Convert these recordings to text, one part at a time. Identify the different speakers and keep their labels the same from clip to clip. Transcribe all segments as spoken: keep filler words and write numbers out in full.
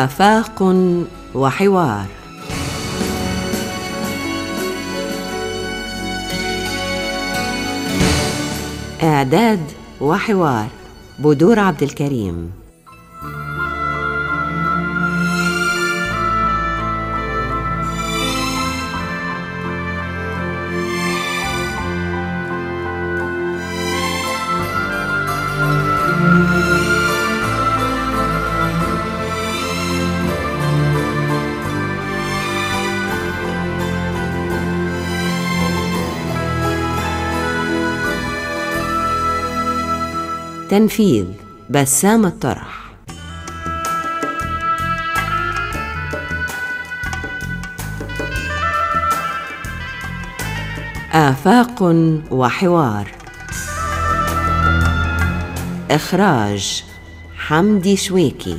Speaker 1: آفاق وحوار. إعداد وحوار بدور عبد الكريم. تنفيذ بسام الطرح. آفاق وحوار. إخراج حمدي شويكي.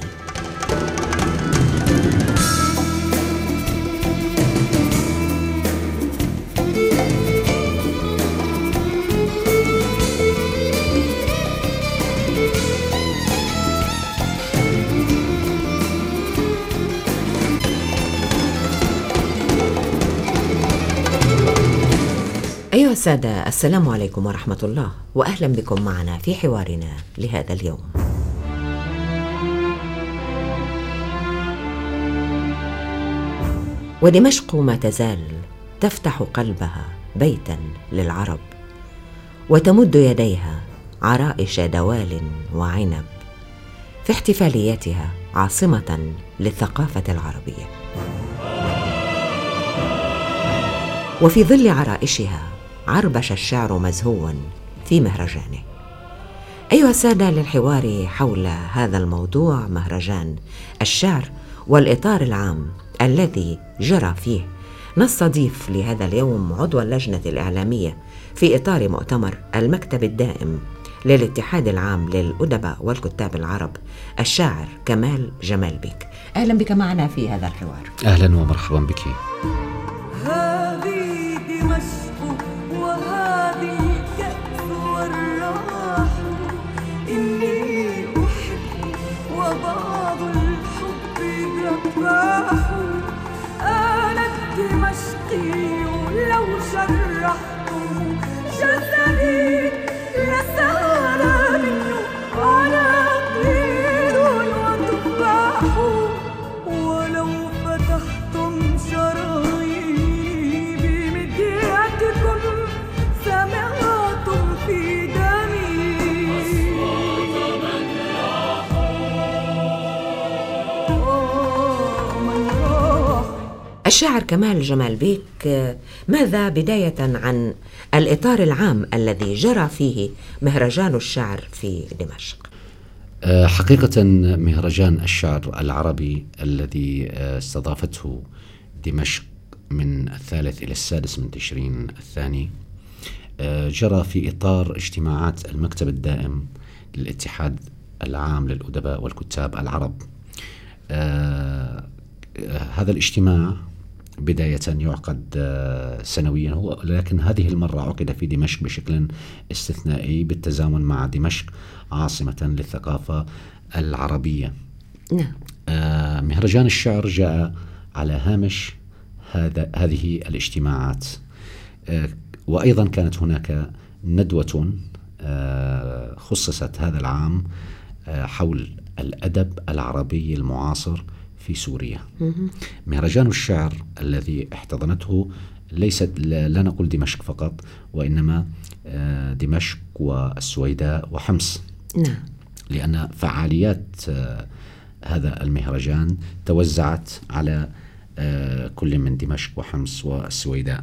Speaker 1: أيها السادة، السلام عليكم ورحمة الله، وأهلا بكم معنا في حوارنا لهذا اليوم. ودمشق ما تزال تفتح قلبها بيتا للعرب، وتمد يديها عرائش دوال وعنب في احتفالياتها عاصمة للثقافة العربية. وفي ظل عرائشها عربش الشعر مزهوا في مهرجانه. أيها السادة، للحوار حول هذا الموضوع، مهرجان الشعر والإطار العام الذي جرى فيه، نستضيف لهذا اليوم عضو اللجنة الإعلامية في إطار مؤتمر المكتب الدائم للاتحاد العام للأدباء والكتاب العرب، الشاعر كمال جمال بيك. أهلا بك معنا في هذا الحوار.
Speaker 2: أهلا ومرحبا بك.
Speaker 3: شرحتم جسدي لسال منه عناقيل وتفاح، ولو فتحتم شراييني بمدياتكم سمعتم في دمي أصوات من راح.
Speaker 1: الشاعر كمال جمال بيك، ماذا بداية عن الإطار العام الذي جرى فيه مهرجان الشعر في دمشق؟
Speaker 2: حقيقة مهرجان الشعر العربي الذي استضافته دمشق من الثالث إلى السادس من تشرين الثاني جرى في إطار اجتماعات المكتب الدائم للاتحاد العام للأدباء والكتاب العرب. هذا الاجتماع بداية يعقد سنويا، هو لكن هذه المرة عقد في دمشق بشكل استثنائي بالتزامن مع دمشق عاصمة للثقافة العربية.
Speaker 1: نعم.
Speaker 2: مهرجان الشعر جاء على هامش هذا هذه الاجتماعات، وأيضا كانت هناك ندوة خصصت هذا العام حول الأدب العربي المعاصر في سوريا. مهرجان الشعر الذي احتضنته ليست لا نقول دمشق فقط، وإنما دمشق والسويداء وحمص.
Speaker 1: نعم. لأن
Speaker 2: فعاليات هذا المهرجان توزعت على كل من دمشق وحمص والسويداء.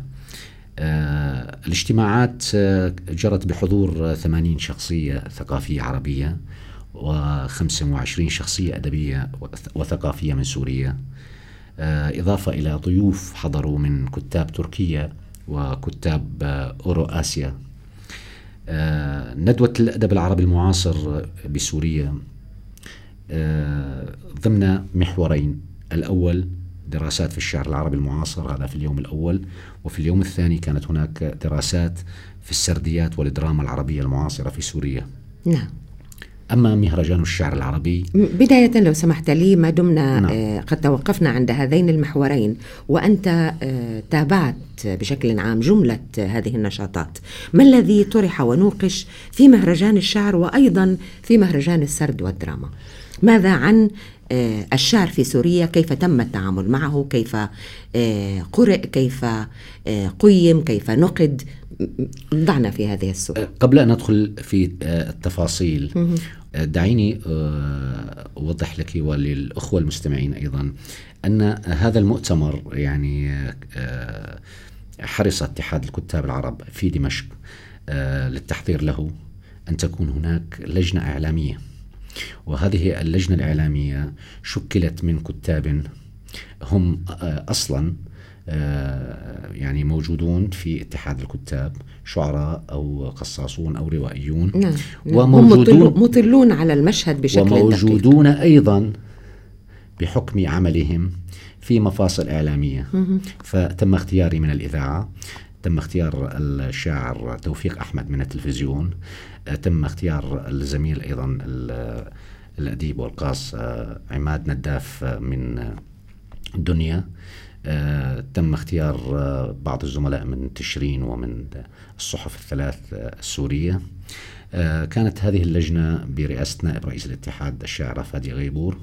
Speaker 2: الاجتماعات جرت بحضور ثمانين شخصية ثقافية عربية وخمسة وعشرين شخصية أدبية وثقافية من سوريا، إضافة إلى ضيوف حضروا من كتاب تركيا وكتاب أورو آسيا. ندوة الأدب العربي المعاصر بسوريا ضمن محورين: الأول دراسات في الشعر العربي المعاصر، هذا في اليوم الأول، وفي اليوم الثاني كانت هناك دراسات في السرديات والدراما العربية المعاصرة في سوريا.
Speaker 1: نعم.
Speaker 2: أما مهرجان الشعر العربي،
Speaker 1: بداية لو سمحت لي، ما دمنا
Speaker 2: نعم.
Speaker 1: آه قد توقفنا عند هذين المحورين، وأنت آه تابعت بشكل عام جملة هذه النشاطات، ما الذي طرح ونوقش في مهرجان الشعر وأيضا في مهرجان السرد والدراما؟ ماذا عن آه الشعر في سوريا؟ كيف تم التعامل معه؟ كيف آه قرئ؟ كيف آه قيم؟ كيف نقد؟ ضعنا في هذه الصورة.
Speaker 2: قبل أن ندخل في التفاصيل دعيني أوضح لك وللأخوة المستمعين أيضا أن هذا المؤتمر يعني حرص اتحاد الكتاب العرب في دمشق للتحضير له أن تكون هناك لجنة إعلامية، وهذه اللجنة الإعلامية شكلت من كتاب هم أصلا يعني موجودون في اتحاد الكتاب، شعراء أو قصاصون أو روائيون.
Speaker 1: نعم.
Speaker 2: وموجودون
Speaker 1: مطلون على المشهد بشكل
Speaker 2: وموجودون
Speaker 1: دقيق.
Speaker 2: أيضا بحكم عملهم في مفاصل إعلامية. فتم اختياري من الإذاعة، تم اختيار الشاعر توفيق أحمد من التلفزيون، تم اختيار الزميل أيضا الأديب والقاص عماد نداف من الدنيا، آه، تم اختيار آه، بعض الزملاء من تشرين ومن الصحف الثلاث آه، السورية. آه، كانت هذه اللجنة برئاسة نائب رئيس الاتحاد الشاعر فادي غيبور،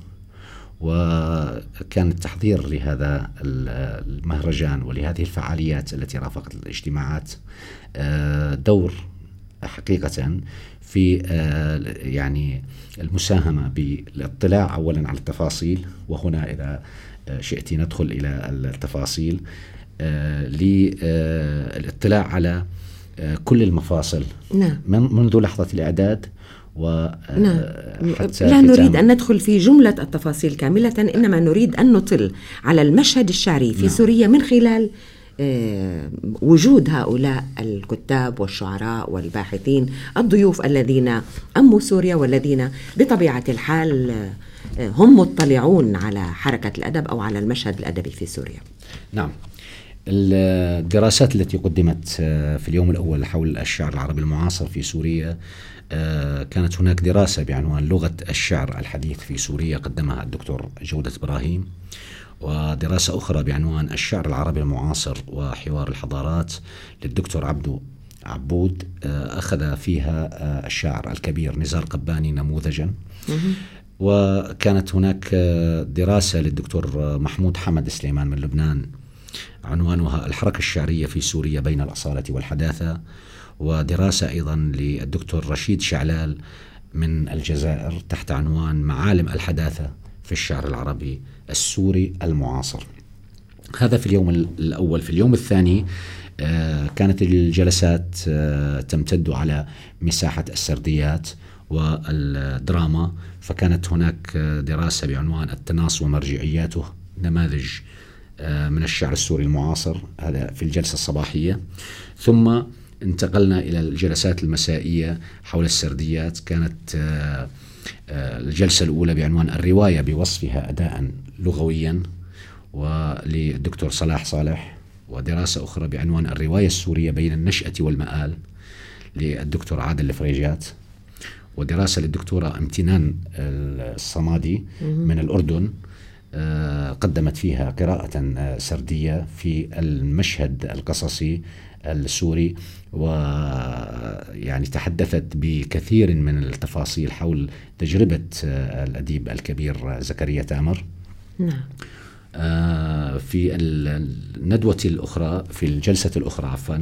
Speaker 2: وكان التحضير لهذا المهرجان ولهذه الفعاليات التي رافقت الاجتماعات آه، دور حقيقة في آه، يعني المساهمة بالاطلاع أولا على التفاصيل، وهنا إذا شئتي ندخل إلى التفاصيل آه للاطلاع على آه كل المفاصل.
Speaker 1: نعم.
Speaker 2: منذ لحظة الإعداد وحتى
Speaker 1: نعم. لا نريد أن ندخل في جملة التفاصيل كاملة، إنما نريد أن نطل على المشهد الشعري في نعم. سوريا من خلال آه وجود هؤلاء الكتاب والشعراء والباحثين الضيوف الذين أموا سوريا والذين بطبيعة الحال آه هم مطلعون على حركة الأدب أو على المشهد الأدبي في سوريا.
Speaker 2: نعم. الدراسات التي قدمت في اليوم الأول حول الشعر العربي المعاصر في سوريا، كانت هناك دراسة بعنوان لغة الشعر الحديث في سوريا قدمها الدكتور جودة إبراهيم، ودراسة أخرى بعنوان الشعر العربي المعاصر وحوار الحضارات للدكتور عبدو عبود، أخذ فيها الشاعر الكبير نزار قباني نموذجا. وكانت هناك دراسة للدكتور محمود حمد سليمان من لبنان عنوانها الحركة الشعرية في سوريا بين الأصالة والحداثة، ودراسة أيضا للدكتور رشيد شعلال من الجزائر تحت عنوان معالم الحداثة في الشعر العربي السوري المعاصر. هذا في اليوم الأول. في اليوم الثاني كانت الجلسات تمتد على مساحة السرديات والدراما، فكانت هناك دراسة بعنوان التناص ومرجعياته، نماذج من الشعر السوري المعاصر، هذا في الجلسة الصباحية. ثم انتقلنا إلى الجلسات المسائية حول السرديات. كانت الجلسة الأولى بعنوان الرواية بوصفها أداء لغويا وللدكتور صلاح صالح، ودراسة أخرى بعنوان الرواية السورية بين النشأة والمآل للدكتور عادل الفريجات، ودراسة للدكتورة امتنان الصمادي من الأردن قدمت فيها قراءة سردية في المشهد القصصي السوري، ويعني تحدثت بكثير من التفاصيل حول تجربة الأديب الكبير زكريا تامر.
Speaker 1: نعم.
Speaker 2: في الندوة الأخرى، في الجلسة الأخرى عفوا،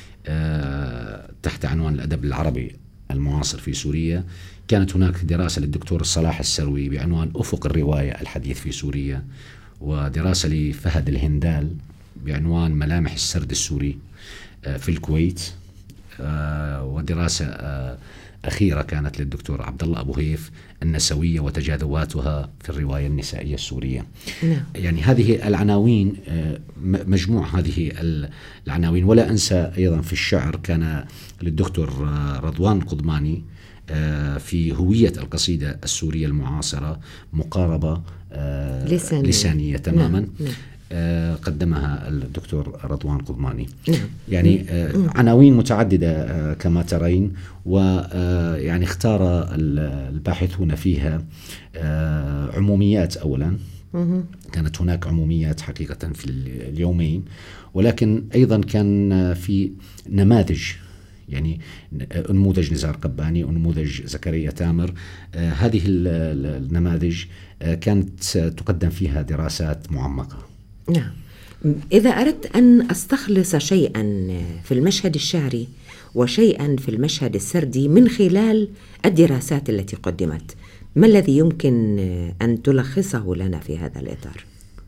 Speaker 2: تحت عنوان الأدب العربي المعاصر في سوريا، كانت هناك دراسة للدكتور صلاح السروي بعنوان أفق الرواية الحديث في سوريا، ودراسة لفهد الهندال بعنوان ملامح السرد السوري في الكويت، ودراسة أخيرة كانت للدكتور عبد الله أبو هيف النسوية وتجاذباتها في الرواية النسائية السورية.
Speaker 1: نعم.
Speaker 2: يعني هذه العناوين، مجموع هذه العناوين. ولا أنسى أيضا في الشعر كان للدكتور رضوان القضماني في هوية القصيدة السورية المعاصرة مقاربة
Speaker 1: لسانية,
Speaker 2: لسانية تماما.
Speaker 1: نعم.
Speaker 2: قدمها الدكتور رضوان قضماني.
Speaker 1: نعم.
Speaker 2: يعني عناوين متعددة كما ترين، ويعني اختار الباحثون فيها عموميات. أولا كانت هناك عموميات حقيقة في اليومين، ولكن أيضا كان في نماذج، يعني نموذج نزار قباني ونموذج زكريا تامر. آه هذه النماذج آه كانت تقدم فيها دراسات معمقة.
Speaker 1: نعم. إذا أردت أن أستخلص شيئا في المشهد الشعري وشيئا في المشهد السردي من خلال الدراسات التي قدمت، ما الذي يمكن أن تلخصه لنا في هذا الإطار؟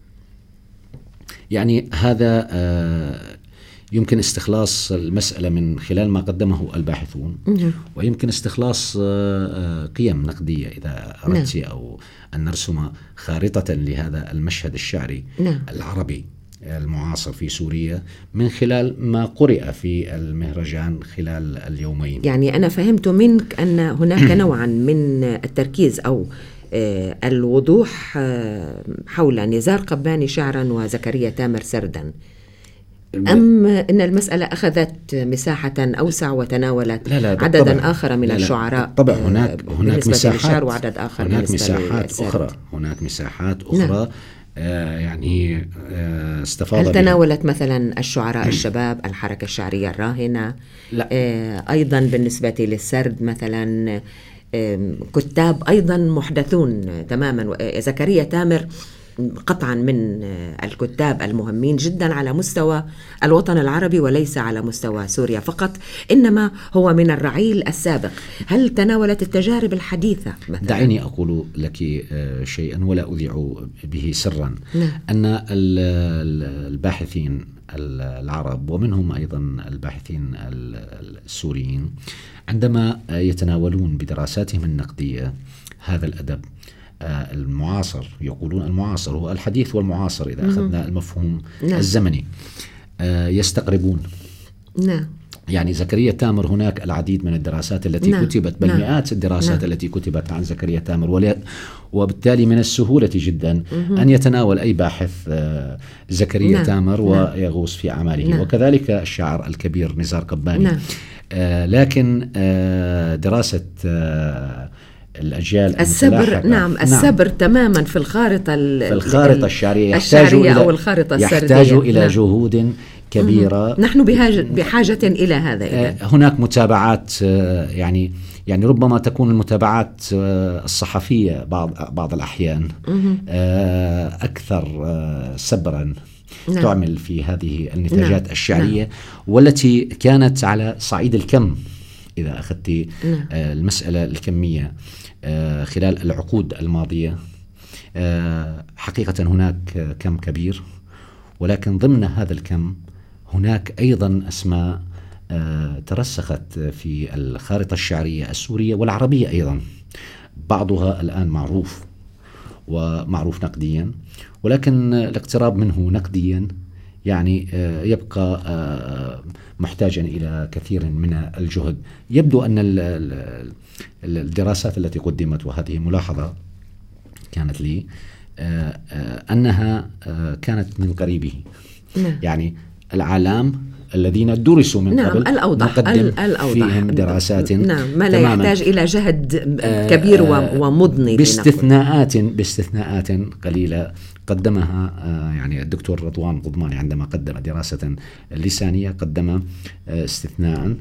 Speaker 2: يعني هذا آه يمكن استخلاص المسألة من خلال ما قدمه الباحثون، ويمكن استخلاص قيم نقدية إذا أردت، أو أن نرسم خارطة لهذا المشهد الشعري العربي المعاصر في سوريا من خلال ما قرئ في المهرجان خلال اليومين.
Speaker 1: يعني أنا فهمت منك أن هناك نوعا من التركيز أو الوضوح حول نزار قباني شعرا وزكريا تامر سردا، أم أن المسألة أخذت مساحة أوسع وتناولت
Speaker 2: لا لا
Speaker 1: عددا
Speaker 2: بالطبع.
Speaker 1: آخر من
Speaker 2: لا لا
Speaker 1: الشعراء؟
Speaker 2: طبعا هناك هناك مساحات،
Speaker 1: وعدد آخر
Speaker 2: هناك مساحات
Speaker 1: للسرد.
Speaker 2: أخرى هناك مساحات أخرى. نعم. آه يعني آه استفاض.
Speaker 1: هل تناولت مثلا الشعراء الشباب، الحركة الشعرية الراهنة؟
Speaker 2: لا.
Speaker 1: آه أيضا بالنسبة للسرد مثلا آه كتاب أيضا محدثون تماما. زكريا تامر قطعا من الكتاب المهمين جدا على مستوى الوطن العربي وليس على مستوى سوريا فقط، إنما هو من الرعيل السابق. هل تناولت التجارب الحديثة مثلا؟
Speaker 2: دعيني أقول لك شيئا ولا أذيع به سرا.
Speaker 1: نعم.
Speaker 2: أن الباحثين العرب ومنهم أيضا الباحثين السوريين عندما يتناولون بدراساتهم النقدية هذا الأدب المعاصر، يقولون المعاصر هو الحديث والمعاصر إذا أخذنا المفهوم
Speaker 1: نعم.
Speaker 2: الزمني، يستقربون.
Speaker 1: نعم.
Speaker 2: يعني زكريا تامر هناك العديد من الدراسات التي نعم. كتبت، بل نعم. مئات الدراسات نعم. التي كتبت عن زكريا تامر، وبالتالي من السهولة جدا مم. أن يتناول أي باحث زكريا نعم. تامر ويغوص في أعماله. نعم. وكذلك الشاعر الكبير نزار قباني.
Speaker 1: نعم.
Speaker 2: آه لكن آه دراسة آه الأجيال
Speaker 1: السبر. نعم. السبر نعم. تماما في الخارطة
Speaker 2: في الخارطة الشعرية,
Speaker 1: الشعرية أو الخارطة السردية
Speaker 2: يحتاج إلى نعم. جهود كبيرة.
Speaker 1: مم. نحن بحاجة, بحاجة إلى هذا.
Speaker 2: آه هناك متابعات، آه يعني يعني ربما تكون المتابعات آه الصحفية بعض بعض الأحيان آه أكثر آه سبرا نعم. تعمل في هذه النتاجات نعم. الشعرية نعم. والتي كانت على صعيد الكم. إذا أخذت نعم. آه المسألة الكمية آه خلال العقود الماضية، آه حقيقة هناك كم كبير، ولكن ضمن هذا الكم هناك أيضا أسماء آه ترسخت في الخارطة الشعرية السورية والعربية أيضا، بعضها الآن معروف ومعروف نقديا، ولكن الاقتراب منه نقديا يعني يبقى محتاجا إلى كثير من الجهد. يبدو أن الدراسات التي قدمت، وهذه ملاحظة كانت لي، أنها كانت من قريبه. يعني العالم الذين درسوا من
Speaker 1: نعم
Speaker 2: قبل
Speaker 1: الأوضح
Speaker 2: نقدم
Speaker 1: الأوضح
Speaker 2: فيهم دراسات
Speaker 1: نعم ما لا يحتاج إلى جهد كبير ومضني،
Speaker 2: باستثناءات باستثناءات قليلة قدمها يعني الدكتور رضوان قضماني عندما قدم دراسة لسانية، قدم استثناء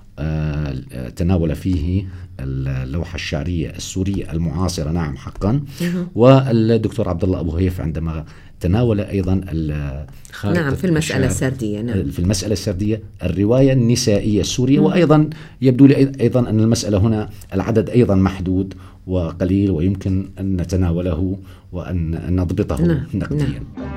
Speaker 2: تناول فيه اللوحة الشعرية السورية المعاصرة. نعم حقا. والدكتور عبد الله أبو هيف عندما تناول أيضا
Speaker 1: نعم في المسألة السردية نعم.
Speaker 2: في المسألة السردية الرواية النسائية السورية. وأيضا يبدو لي أيضا أن المسألة هنا العدد أيضا محدود وقليل، ويمكن أن نتناوله وأن نضبطه نعم. نقديا نعم.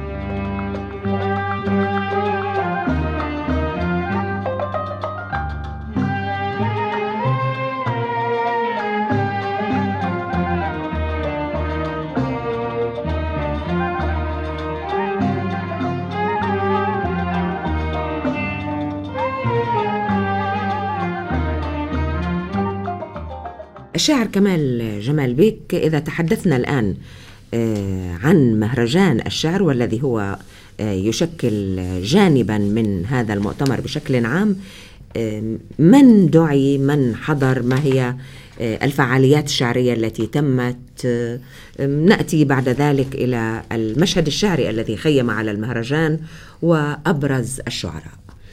Speaker 1: الشاعر كمال جمال بيك، إذا تحدثنا الآن عن مهرجان الشعر والذي هو يشكل جانبا من هذا المؤتمر بشكل عام. من دعي، من حضر، ما هي الفعاليات الشعرية التي تمت؟ نأتي بعد ذلك إلى المشهد الشعري الذي خيم على المهرجان وأبرز الشعراء.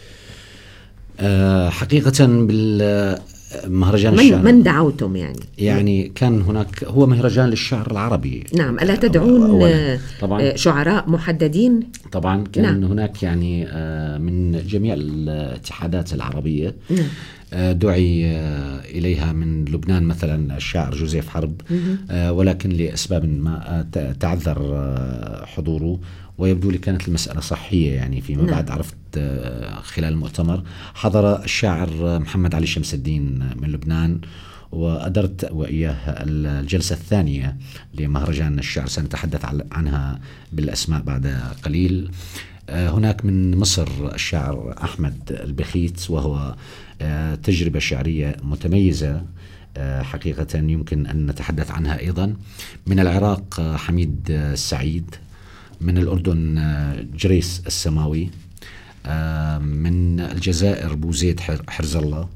Speaker 2: حقيقة بالمهرجان
Speaker 1: من,
Speaker 2: الشعر
Speaker 1: من دعوتم يعني؟
Speaker 2: يعني كان هناك هو مهرجان للشعر العربي.
Speaker 1: نعم. ألا تدعون
Speaker 2: طبعا
Speaker 1: شعراء محددين؟
Speaker 2: طبعا كان
Speaker 1: نعم.
Speaker 2: هناك يعني من جميع الاتحادات العربية.
Speaker 1: نعم.
Speaker 2: دعي إليها من لبنان مثلا الشاعر جوزيف حرب، ولكن لأسباب ما تعذر حضوره، ويبدو لي كانت المسألة صحية يعني فيما نعم. بعد عرفت خلال المؤتمر. حضر الشاعر محمد علي شمس الدين من لبنان، وأدرت وإياه الجلسة الثانية لمهرجان الشعر، سنتحدث عنها بالأسماء بعد قليل. هناك من مصر الشاعر أحمد البخيت، وهو تجربة شعرية متميزة حقيقة يمكن أن نتحدث عنها أيضا. من العراق حميد السعيد، من الأردن جريس السماوي، من الجزائر بوزيد حرز الله،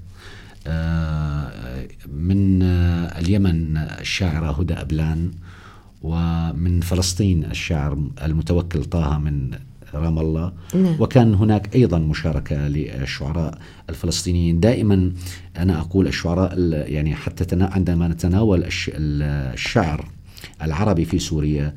Speaker 2: من اليمن الشاعرة هدى أبلان، ومن فلسطين الشاعر المتوكل طه من رام الله. نعم. وكان هناك أيضا مشاركة للشعراء الفلسطينيين. دائما أنا أقول الشعراء يعني حتى عندما نتناول الشعر العربي في سوريا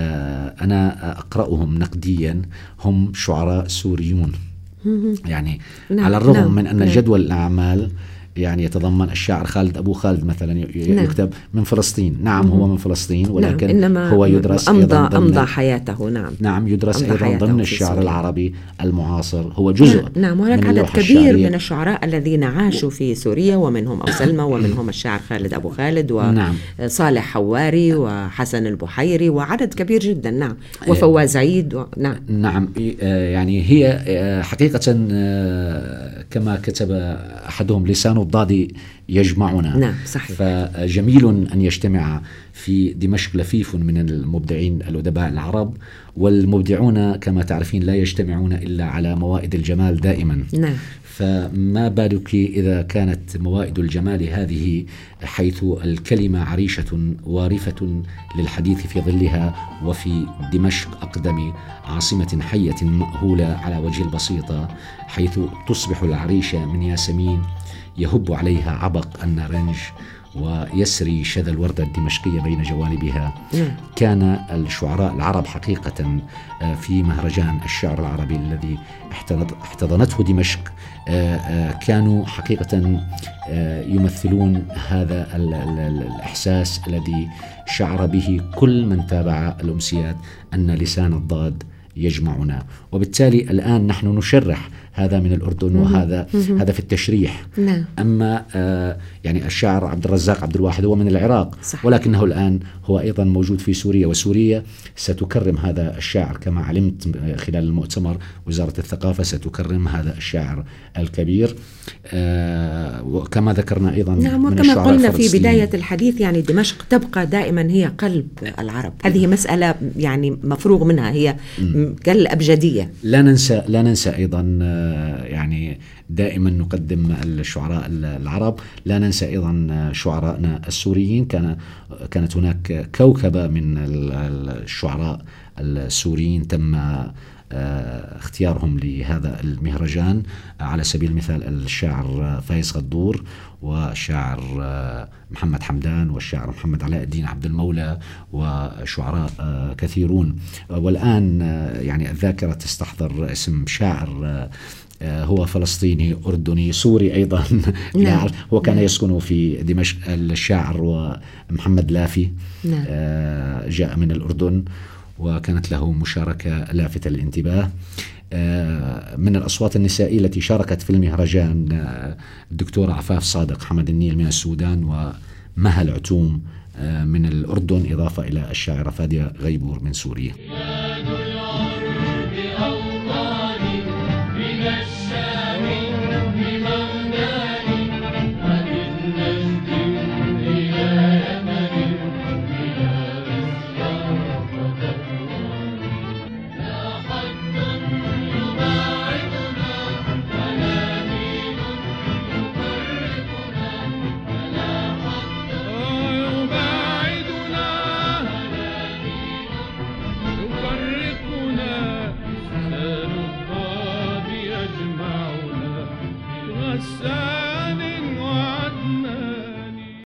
Speaker 2: أنا أقرأهم نقديا، هم شعراء سوريون يعني. نعم. على الرغم نعم. من أن نعم. جدول الأعمال يعني يتضمن الشاعر خالد أبو خالد مثلا يكتب نعم. من فلسطين. نعم مم. هو من فلسطين، ولكن نعم. هو يدرس
Speaker 1: أمضى,
Speaker 2: أيضا
Speaker 1: أمضى حياته. نعم
Speaker 2: نعم يدرس أيضا ضمن الشعر سوريا. العربي المعاصر هو جزء.
Speaker 1: نعم. وهناك عدد كبير الشعرية. من الشعراء الذين عاشوا في سوريا، ومنهم أو سلمى، ومنهم الشاعر خالد أبو خالد، وصالح حواري، وحسن البحيري، وعدد كبير جدا. نعم. وفواز عيد و... نعم
Speaker 2: نعم يعني هي حقيقة كما كتب أحدهم لسان الضاد يجمعنا.
Speaker 1: نعم صحيح.
Speaker 2: فجميل أن يجتمع في دمشق لفيف من المبدعين الأدباء العرب، والمبدعون كما تعرفين لا يجتمعون إلا على موائد الجمال دائما.
Speaker 1: نعم.
Speaker 2: فما بالك إذا كانت موائد الجمال هذه، حيث الكلمة عريشة وارفة للحديث في ظلها، وفي دمشق أقدم عاصمة حية مأهولة على وجه البسيطة، حيث تصبح العريشة من ياسمين يهب عليها عبق النارنج ويسري شذا الوردة الدمشقية بين جوانبها. كان الشعراء العرب حقيقة في مهرجان الشعر العربي الذي احتضنته دمشق كانوا حقيقة يمثلون هذا الإحساس الذي شعر به كل من تابع الأمسيات، أن لسان الضاد يجمعنا. وبالتالي الآن نحن نشرح هذا من الأردن، وهذا هذا في التشريح.
Speaker 1: نعم.
Speaker 2: أما آه يعني الشاعر عبد الرزاق عبد الواحد هو من العراق، صح. ولكنه الآن هو أيضا موجود في سوريا، وسوريا ستكرم هذا الشاعر كما علمت خلال المؤتمر. وزارة الثقافة ستكرم هذا الشاعر الكبير، آه وكما ذكرنا أيضا.
Speaker 1: نعم. وكما قلنا في بداية الحديث يعني دمشق تبقى دائما هي قلب العرب. هذه مسألة يعني مفروغ منها، هي كالأبجدية.
Speaker 2: لا ننسى لا ننسى أيضا يعني دائما نقدم الشعراء العرب، لا ننسى أيضا شعراءنا السوريين. كان كانت هناك كوكبة من الشعراء السوريين تم اختيارهم لهذا المهرجان، على سبيل المثال الشاعر فايز غدور، والشاعر محمد حمدان، والشاعر محمد علاء الدين عبد المولى، وشعراء كثيرون. والآن يعني الذاكرة تستحضر اسم شاعر هو فلسطيني أردني سوري أيضا.
Speaker 1: نعم.
Speaker 2: هو كان يسكن في دمشق، الشاعر ومحمد لافي.
Speaker 1: نعم.
Speaker 2: جاء من الأردن، وكانت له مشاركة لافتة للانتباه. من الأصوات النسائية التي شاركت في المهرجان الدكتورة عفاف صادق حمد النيل من السودان، ومها العتوم من الأردن، إضافة إلى الشاعرة فادية غيبور من سوريا.